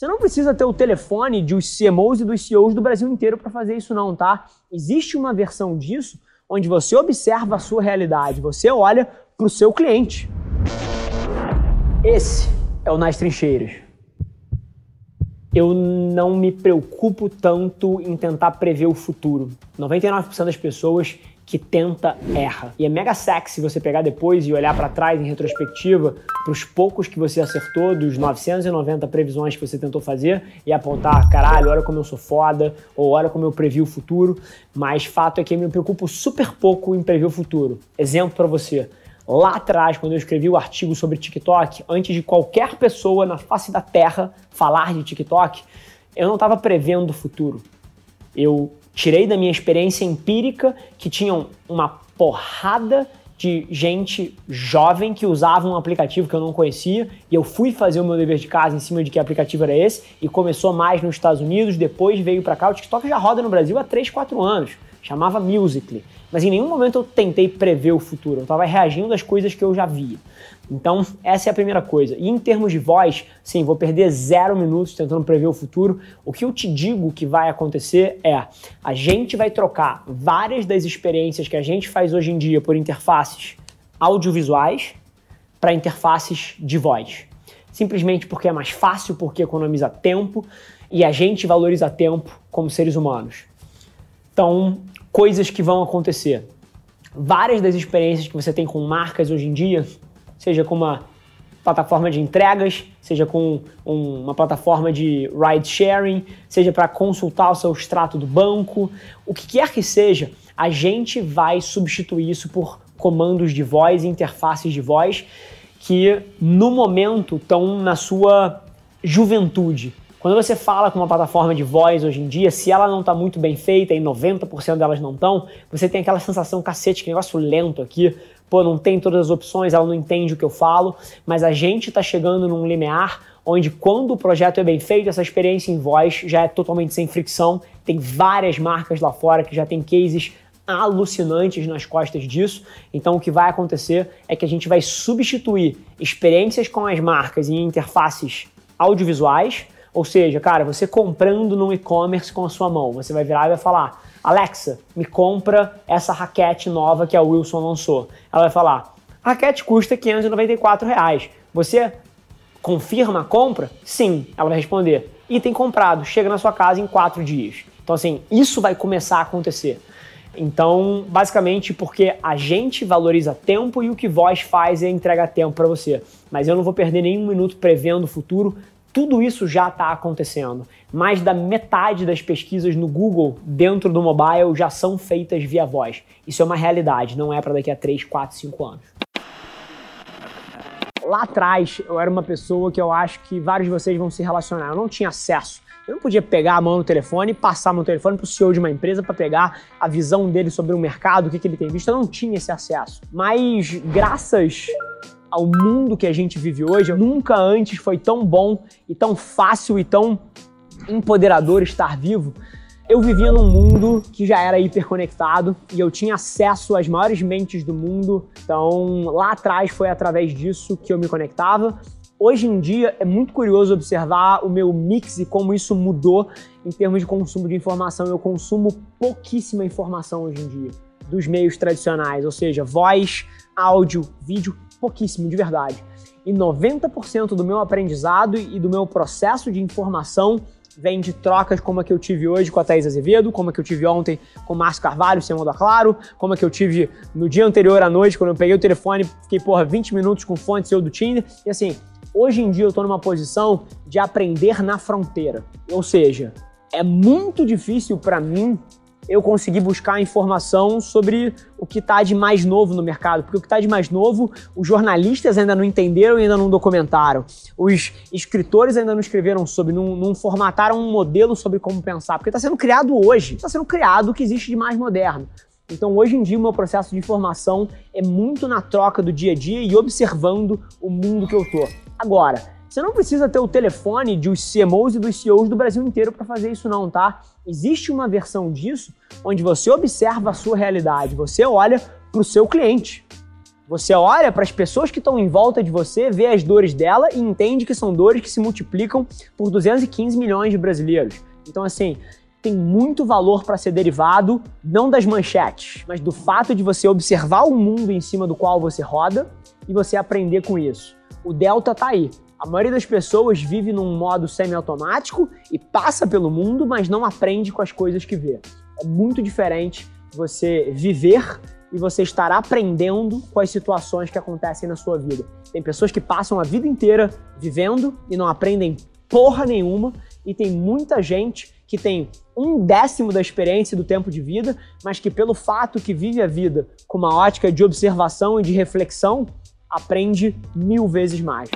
Você não precisa ter o telefone dos CMOs e dos CEOs do Brasil inteiro para fazer isso não, tá? Existe uma versão disso onde você observa a sua realidade, você olha para o seu cliente. Esse é o Nas Trincheiras. Eu não me preocupo tanto em tentar prever o futuro. 99% das pessoas que tenta erra. E é mega sexy você pegar depois e olhar para trás em retrospectiva para os poucos que você acertou, dos 990 previsões que você tentou fazer e apontar, caralho, olha como eu sou foda, ou olha como eu previ o futuro. Mas fato é que eu me preocupo super pouco em prever o futuro. Exemplo para você. Lá atrás, quando eu escrevi o artigo sobre TikTok, antes de qualquer pessoa na face da Terra falar de TikTok, eu não estava prevendo o futuro. Eu tirei da minha experiência empírica que tinham uma porrada de gente jovem que usava um aplicativo que eu não conhecia e eu fui fazer o meu dever de casa em cima de que aplicativo era esse e começou mais nos Estados Unidos, depois veio para cá. O TikTok já roda no Brasil há 3, 4 anos. Chamava Musical.ly, mas em nenhum momento eu tentei prever o futuro, eu estava reagindo às coisas que eu já via. Então, essa é a primeira coisa. E em termos de voz, sim, vou perder 0 minutos tentando prever o futuro. O que eu te digo que vai acontecer é, a gente vai trocar várias das experiências que a gente faz hoje em dia por interfaces audiovisuais para interfaces de voz. Simplesmente porque é mais fácil, porque economiza tempo e a gente valoriza tempo como seres humanos. Então, coisas que vão acontecer. Várias das experiências que você tem com marcas hoje em dia, seja com uma plataforma de entregas, seja com uma plataforma de ride sharing, seja para consultar o seu extrato do banco, o que quer que seja, a gente vai substituir isso por comandos de voz e interfaces de voz que no momento estão na sua juventude. Quando você fala com uma plataforma de voz hoje em dia, se ela não está muito bem feita, e 90% delas não estão, você tem aquela sensação, cacete, que negócio lento aqui, pô, não tem todas as opções, ela não entende o que eu falo, mas a gente está chegando num limiar onde quando o projeto é bem feito, essa experiência em voz já é totalmente sem fricção, tem várias marcas lá fora que já tem cases alucinantes nas costas disso, então o que vai acontecer é que a gente vai substituir experiências com as marcas em interfaces audiovisuais. Ou seja, cara, você comprando no e-commerce com a sua mão, você vai virar e vai falar, Alexa, me compra essa raquete nova que a Wilson lançou. Ela vai falar, a raquete custa R$594. Você confirma a compra? Sim. Ela vai responder, item comprado, chega na sua casa em 4 dias. Então assim, isso vai começar a acontecer. Então, basicamente, porque a gente valoriza tempo e o que voz faz é entregar tempo para você. Mas eu não vou perder nenhum minuto prevendo o futuro. Tudo isso já está acontecendo. Mais da metade das pesquisas no Google dentro do mobile já são feitas via voz. Isso é uma realidade, não é para daqui a 3, 4, 5 anos. Lá atrás, eu era uma pessoa que eu acho que vários de vocês vão se relacionar. Eu não tinha acesso. Eu não podia pegar a mão no telefone e passar meu telefone para o CEO de uma empresa para pegar a visão dele sobre o mercado, o que ele tem visto. Eu não tinha esse acesso. Mas graças ao mundo que a gente vive hoje, nunca antes foi tão bom e tão fácil e tão empoderador estar vivo. Eu vivia num mundo que já era hiperconectado e eu tinha acesso às maiores mentes do mundo. Então, lá atrás foi através disso que eu me conectava. Hoje em dia é muito curioso observar o meu mix e como isso mudou em termos de consumo de informação. Eu consumo pouquíssima informação hoje em dia dos meios tradicionais, ou seja, voz, áudio, vídeo, pouquíssimo, de verdade. E 90% do meu aprendizado e do meu processo de informação vem de trocas como a que eu tive hoje com a Thaís Azevedo, como a que eu tive ontem com o Márcio Carvalho, CEO da Claro, como a que eu tive no dia anterior à noite, quando eu peguei o telefone, fiquei, 20 minutos com fonte CEO do Tinder. E assim, hoje em dia eu tô numa posição de aprender na fronteira. Ou seja, é muito difícil para mim eu consegui buscar informação sobre o que está de mais novo no mercado, porque o que está de mais novo, os jornalistas ainda não entenderam e ainda não documentaram, os escritores ainda não escreveram sobre, não formataram um modelo sobre como pensar, porque está sendo criado hoje, está sendo criado o que existe de mais moderno. Então, hoje em dia, o meu processo de informação é muito na troca do dia a dia e observando o mundo que eu tô. Agora, você não precisa ter o telefone dos CMOs e dos CEOs do Brasil inteiro para fazer isso não, tá? Existe uma versão disso onde você observa a sua realidade, você olha para o seu cliente. Você olha para as pessoas que estão em volta de você, vê as dores dela e entende que são dores que se multiplicam por 215 milhões de brasileiros. Então, assim, tem muito valor para ser derivado, não das manchetes, mas do fato de você observar o mundo em cima do qual você roda e você aprender com isso. O delta tá aí. A maioria das pessoas vive num modo semiautomático e passa pelo mundo, mas não aprende com as coisas que vê. É muito diferente você viver e você estar aprendendo com as situações que acontecem na sua vida. Tem pessoas que passam a vida inteira vivendo e não aprendem porra nenhuma, e tem muita gente que tem 1/10 da experiência do tempo de vida, mas que pelo fato que vive a vida com uma ótica de observação e de reflexão, aprende 1000 vezes mais.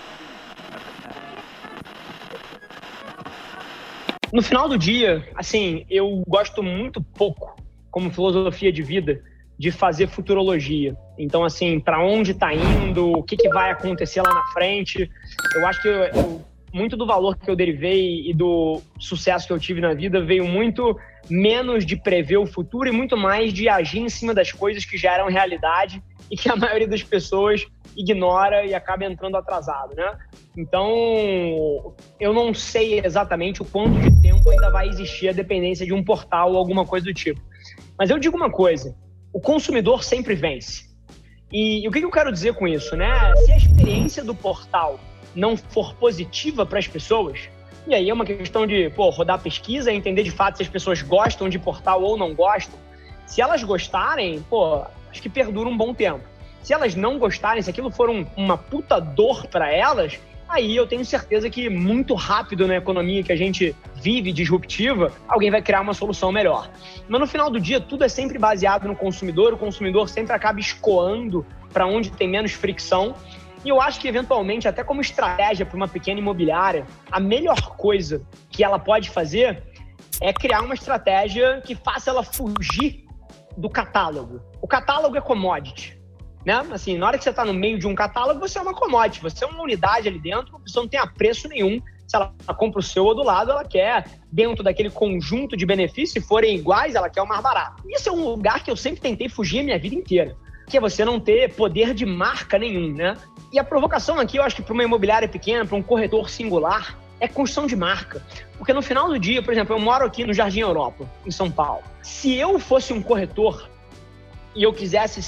No final do dia, assim, eu gosto muito pouco, como filosofia de vida, de fazer futurologia. Então, assim, para onde está indo, o que vai acontecer lá na frente. Eu acho que muito do valor que eu derivei e do sucesso que eu tive na vida veio muito menos de prever o futuro e muito mais de agir em cima das coisas que já eram realidade e que a maioria das pessoas ignora e acaba entrando atrasado, né? Então, eu não sei exatamente o quanto de tempo ainda vai existir a dependência de um portal ou alguma coisa do tipo. Mas eu digo uma coisa, o consumidor sempre vence. E o que eu quero dizer com isso, né? Se a experiência do portal não for positiva para as pessoas, e aí é uma questão de rodar pesquisa e entender de fato se as pessoas gostam de portal ou não gostam. Se elas gostarem, acho que perdura um bom tempo. Se elas não gostarem, se aquilo for uma puta dor para elas, aí eu tenho certeza que muito rápido na economia que a gente vive disruptiva, alguém vai criar uma solução melhor. Mas no final do dia, tudo é sempre baseado no consumidor, o consumidor sempre acaba escoando para onde tem menos fricção. E eu acho que, eventualmente, até como estratégia para uma pequena imobiliária, a melhor coisa que ela pode fazer é criar uma estratégia que faça ela fugir do catálogo. O catálogo é commodity, né? Assim, na hora que você está no meio de um catálogo, você é uma commodity, você é uma unidade ali dentro, a pessoa não tem apreço nenhum. Se ela compra o seu ou do lado, ela quer, dentro daquele conjunto de benefícios, se forem iguais, ela quer o mais barato. Isso é um lugar que eu sempre tentei fugir a minha vida inteira, que é você não ter poder de marca nenhum, né? E a provocação aqui, eu acho que para uma imobiliária pequena, para um corretor singular, é construção de marca. Porque no final do dia, por exemplo, eu moro aqui no Jardim Europa, em São Paulo. Se eu fosse um corretor e eu quisesse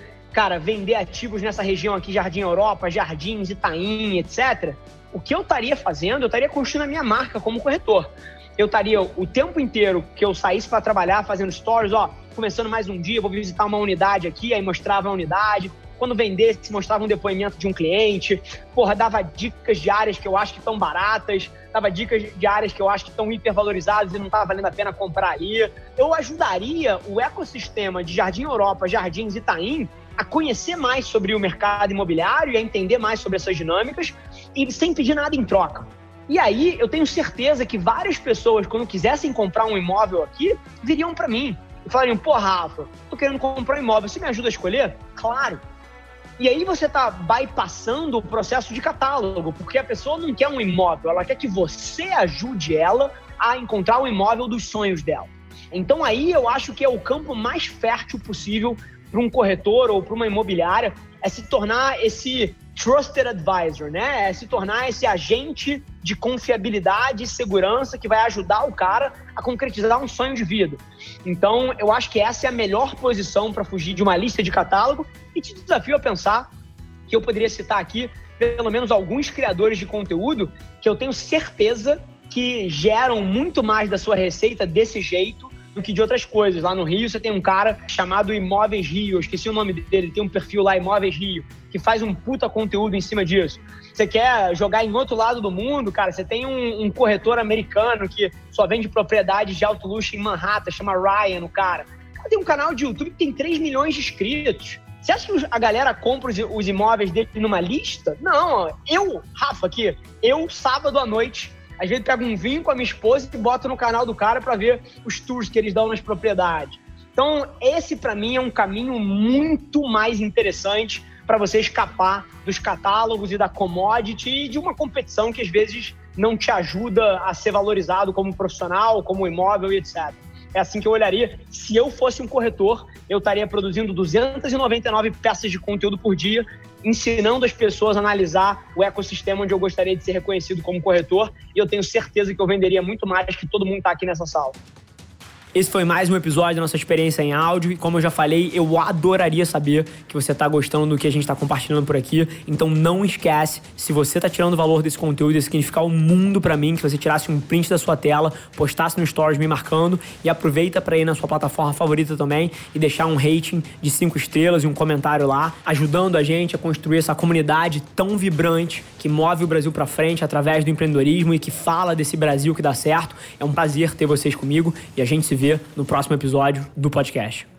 vender ativos nessa região aqui, Jardim Europa, Jardins, Itaim, etc., o que eu estaria fazendo? Eu estaria construindo a minha marca como corretor. Eu estaria o tempo inteiro que eu saísse para trabalhar, fazendo stories, começando mais um dia, vou visitar uma unidade aqui, aí mostrava a unidade. Quando vendesse, mostrava um depoimento de um cliente, dava dicas de áreas que eu acho que estão baratas, dava dicas de áreas que eu acho que estão hipervalorizadas e não está valendo a pena comprar ali. Eu ajudaria o ecossistema de Jardim Europa, Jardins Itaim a conhecer mais sobre o mercado imobiliário e a entender mais sobre essas dinâmicas e sem pedir nada em troca. E aí, eu tenho certeza que várias pessoas, quando quisessem comprar um imóvel aqui, viriam para mim e falariam, Rafa, tô querendo comprar um imóvel, você me ajuda a escolher? Claro. E aí você está bypassando o processo de catálogo, porque a pessoa não quer um imóvel, ela quer que você ajude ela a encontrar o imóvel dos sonhos dela. Então aí eu acho que é o campo mais fértil possível para um corretor ou para uma imobiliária, é se tornar esse trusted advisor, né? É se tornar esse agente de confiabilidade e segurança que vai ajudar o cara a concretizar um sonho de vida. Então, eu acho que essa é a melhor posição para fugir de uma lista de catálogo e te desafio a pensar que eu poderia citar aqui pelo menos alguns criadores de conteúdo que eu tenho certeza que geram muito mais da sua receita desse jeito do que de outras coisas. Lá no Rio, você tem um cara chamado Imóveis Rio, eu esqueci o nome dele, tem um perfil lá, Imóveis Rio, que faz um puta conteúdo em cima disso. Você quer jogar em outro lado do mundo, cara, você tem um corretor americano que só vende propriedades de alto luxo em Manhattan, chama Ryan, o cara. O cara tem um canal de YouTube que tem 3 milhões de inscritos. Você acha que a galera compra os imóveis dele numa lista? Não, Rafa, aqui, sábado à noite, às vezes pego um vinho com a minha esposa e boto no canal do cara para ver os tours que eles dão nas propriedades. Então, esse para mim é um caminho muito mais interessante para você escapar dos catálogos e da commodity e de uma competição que às vezes não te ajuda a ser valorizado como profissional, como imóvel e etc. É assim que eu olharia. Se eu fosse um corretor, eu estaria produzindo 299 peças de conteúdo por dia, ensinando as pessoas a analisar o ecossistema onde eu gostaria de ser reconhecido como corretor, e eu tenho certeza que eu venderia muito mais que todo mundo está aqui nessa sala. Esse foi mais um episódio da nossa experiência em áudio e, como eu já falei, eu adoraria saber que você está gostando do que a gente está compartilhando por aqui. Então não esquece, se você está tirando valor desse conteúdo, ia significar o mundo para mim, que você tirasse um print da sua tela, postasse no Stories me marcando, e aproveita para ir na sua plataforma favorita também e deixar um rating de 5 estrelas e um comentário lá, ajudando a gente a construir essa comunidade tão vibrante que move o Brasil para frente através do empreendedorismo e que fala desse Brasil que dá certo. É um prazer ter vocês comigo e a gente se vê no próximo episódio do podcast.